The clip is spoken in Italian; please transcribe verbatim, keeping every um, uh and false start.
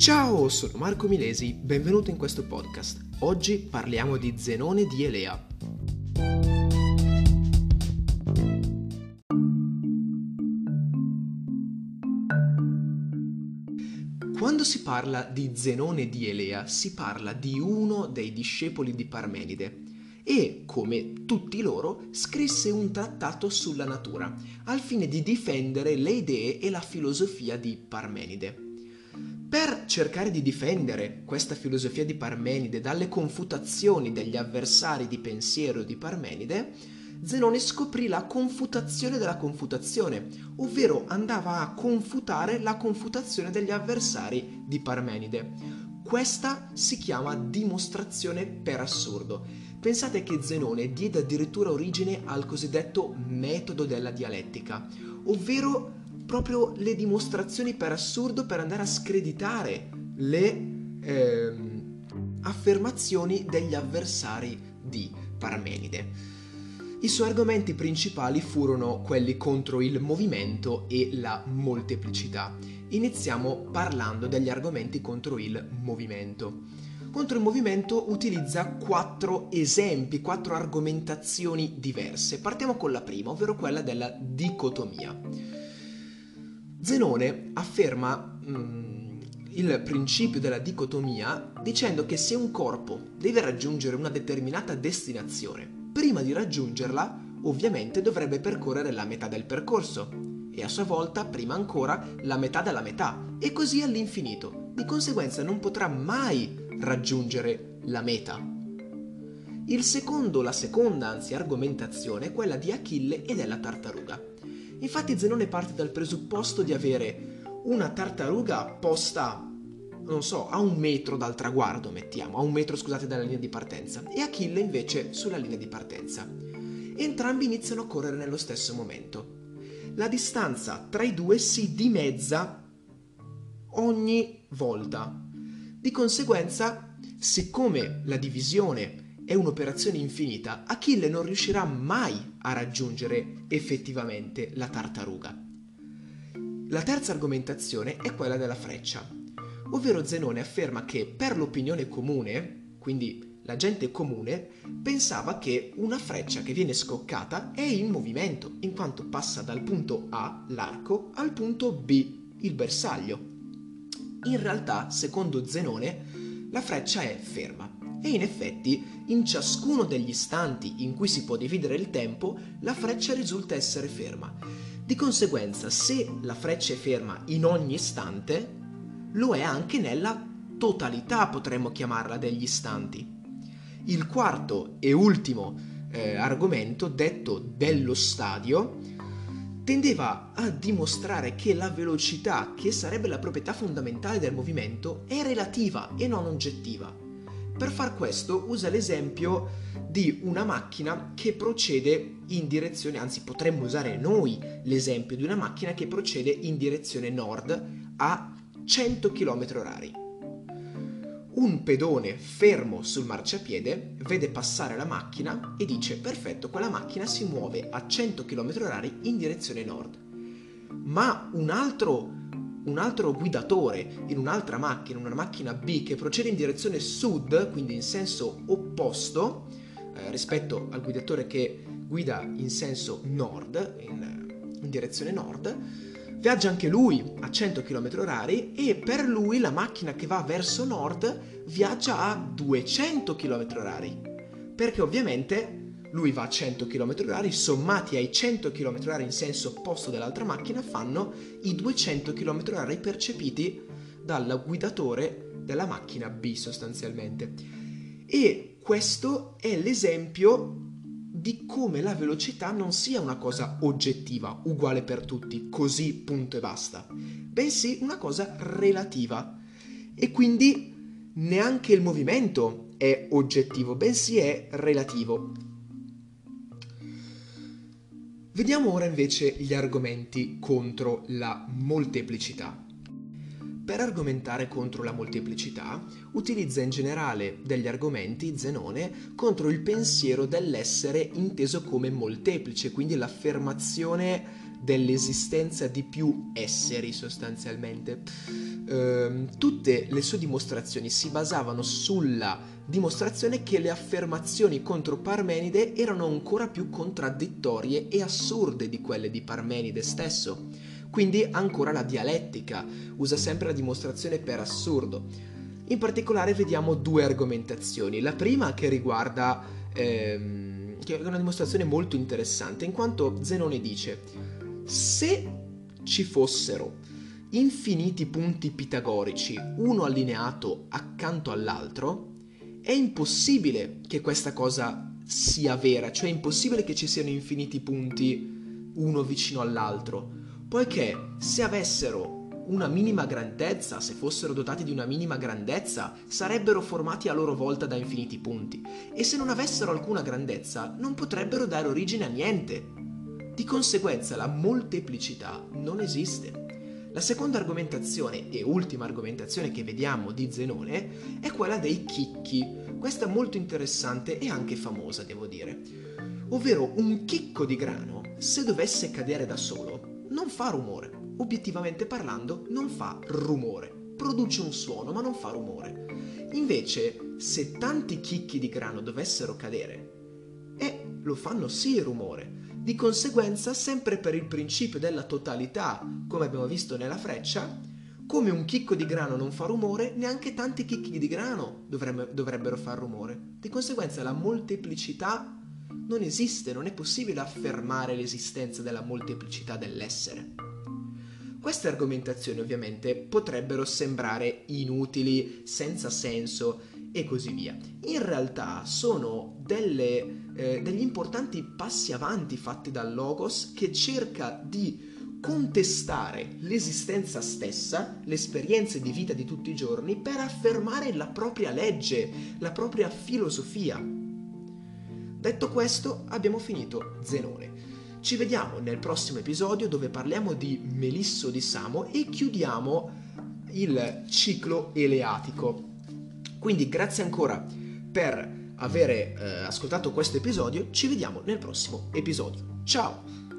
Ciao, sono Marco Milesi, benvenuto in questo podcast. Oggi parliamo di Zenone di Elea. Quando si parla di Zenone di Elea, si parla di uno dei discepoli di Parmenide e, come tutti loro, scrisse un trattato sulla natura, al fine di difendere le idee e la filosofia di Parmenide. Per cercare di difendere questa filosofia di Parmenide dalle confutazioni degli avversari di pensiero di Parmenide, Zenone scoprì la confutazione della confutazione, ovvero andava a confutare la confutazione degli avversari di Parmenide. Questa si chiama dimostrazione per assurdo. Pensate che Zenone diede addirittura origine al cosiddetto metodo della dialettica, ovvero proprio le dimostrazioni per assurdo per andare a screditare le ehm, affermazioni degli avversari di Parmenide. I suoi argomenti principali furono quelli contro il movimento e la molteplicità. Iniziamo parlando degli argomenti contro il movimento. Contro il movimento utilizza quattro esempi, quattro argomentazioni diverse. Partiamo con la prima, ovvero quella della dicotomia. Zenone afferma mm, il principio della dicotomia dicendo che se un corpo deve raggiungere una determinata destinazione, prima di raggiungerla ovviamente dovrebbe percorrere la metà del percorso e a sua volta prima ancora la metà della metà e così all'infinito. Di conseguenza non potrà mai raggiungere la meta. Il secondo, la seconda anzi argomentazione è quella di Achille e della tartaruga. Infatti Zenone parte dal presupposto di avere una tartaruga posta, non so, a un metro dal traguardo, mettiamo, a un metro, scusate, dalla linea di partenza, e Achille invece sulla linea di partenza. Entrambi iniziano a correre nello stesso momento. La distanza tra i due si dimezza ogni volta. Di conseguenza, siccome la divisione è un'operazione infinita, Achille non riuscirà mai a raggiungere effettivamente la tartaruga. La terza argomentazione è quella della freccia, ovvero Zenone afferma che per l'opinione comune, quindi la gente comune, pensava che una freccia che viene scoccata è in movimento, in quanto passa dal punto A, l'arco, al punto B, il bersaglio. In realtà, secondo Zenone, la freccia è ferma. E in effetti, in ciascuno degli istanti in cui si può dividere il tempo, la freccia risulta essere ferma. Di conseguenza, se la freccia è ferma in ogni istante, lo è anche nella totalità, potremmo chiamarla, degli istanti. Il quarto e ultimo eh, argomento, detto dello stadio, tendeva a dimostrare che la velocità, che sarebbe la proprietà fondamentale del movimento, è relativa e non oggettiva. Per far questo usa l'esempio di una macchina che procede in direzione, anzi potremmo usare noi l'esempio di una macchina che procede in direzione nord a cento chilometri orari. Un pedone fermo sul marciapiede vede passare la macchina e dice: perfetto, quella macchina si muove a cento chilometri orari in direzione nord. Ma un altro un altro guidatore in un'altra macchina, una macchina B che procede in direzione sud, quindi in senso opposto eh, rispetto al guidatore che guida in senso nord, in, in direzione nord, viaggia anche lui a cento chilometri orari e per lui la macchina che va verso nord viaggia a duecento chilometri orari, perché ovviamente lui va a cento chilometri orari, sommati ai cento chilometri orari in senso opposto dell'altra macchina fanno i duecento chilometri orari percepiti dal guidatore della macchina B sostanzialmente. E questo è l'esempio di come la velocità non sia una cosa oggettiva, uguale per tutti, così punto e basta, bensì una cosa relativa. E quindi neanche il movimento è oggettivo, bensì è relativo. Vediamo ora invece gli argomenti contro la molteplicità. Per argomentare contro la molteplicità, utilizza in generale degli argomenti, Zenone, contro il pensiero dell'essere inteso come molteplice, quindi l'affermazione dell'esistenza di più esseri sostanzialmente. Ehm, tutte le sue dimostrazioni si basavano sulla dimostrazione che le affermazioni contro Parmenide erano ancora più contraddittorie e assurde di quelle di Parmenide stesso. Quindi ancora la dialettica usa sempre la dimostrazione per assurdo. In particolare vediamo due argomentazioni. La prima che riguarda ehm, che è una dimostrazione molto interessante, in quanto Zenone dice: se ci fossero infiniti punti pitagorici, uno allineato accanto all'altro, è impossibile che questa cosa sia vera, cioè è impossibile che ci siano infiniti punti uno vicino all'altro, poiché se avessero una minima grandezza, se fossero dotati di una minima grandezza, sarebbero formati a loro volta da infiniti punti, e se non avessero alcuna grandezza non potrebbero dare origine a niente. Di conseguenza la molteplicità non esiste. La seconda argomentazione e ultima argomentazione che vediamo di Zenone è quella dei chicchi. Questa è molto interessante e anche famosa, devo dire. Ovvero, un chicco di grano, se dovesse cadere da solo, non fa rumore. Obiettivamente parlando, non fa rumore. Produce un suono, ma non fa rumore. Invece, se tanti chicchi di grano dovessero cadere, eh, lo fanno sì rumore. Di conseguenza, sempre per il principio della totalità, come abbiamo visto nella freccia, come un chicco di grano non fa rumore, neanche tanti chicchi di grano dovrebbe, dovrebbero far rumore. Di conseguenza la molteplicità non esiste, non è possibile affermare l'esistenza della molteplicità dell'essere. Queste argomentazioni ovviamente potrebbero sembrare inutili, senza senso e così via. In realtà sono delle, eh, degli importanti passi avanti fatti dal Logos, che cerca di contestare l'esistenza stessa, le esperienze di vita di tutti i giorni, per affermare la propria legge, la propria filosofia. Detto questo, abbiamo finito Zenone. Ci vediamo nel prossimo episodio, dove parliamo di Melisso di Samo e chiudiamo il ciclo eleatico. Quindi grazie ancora per aver eh, ascoltato questo episodio, ci vediamo nel prossimo episodio. Ciao!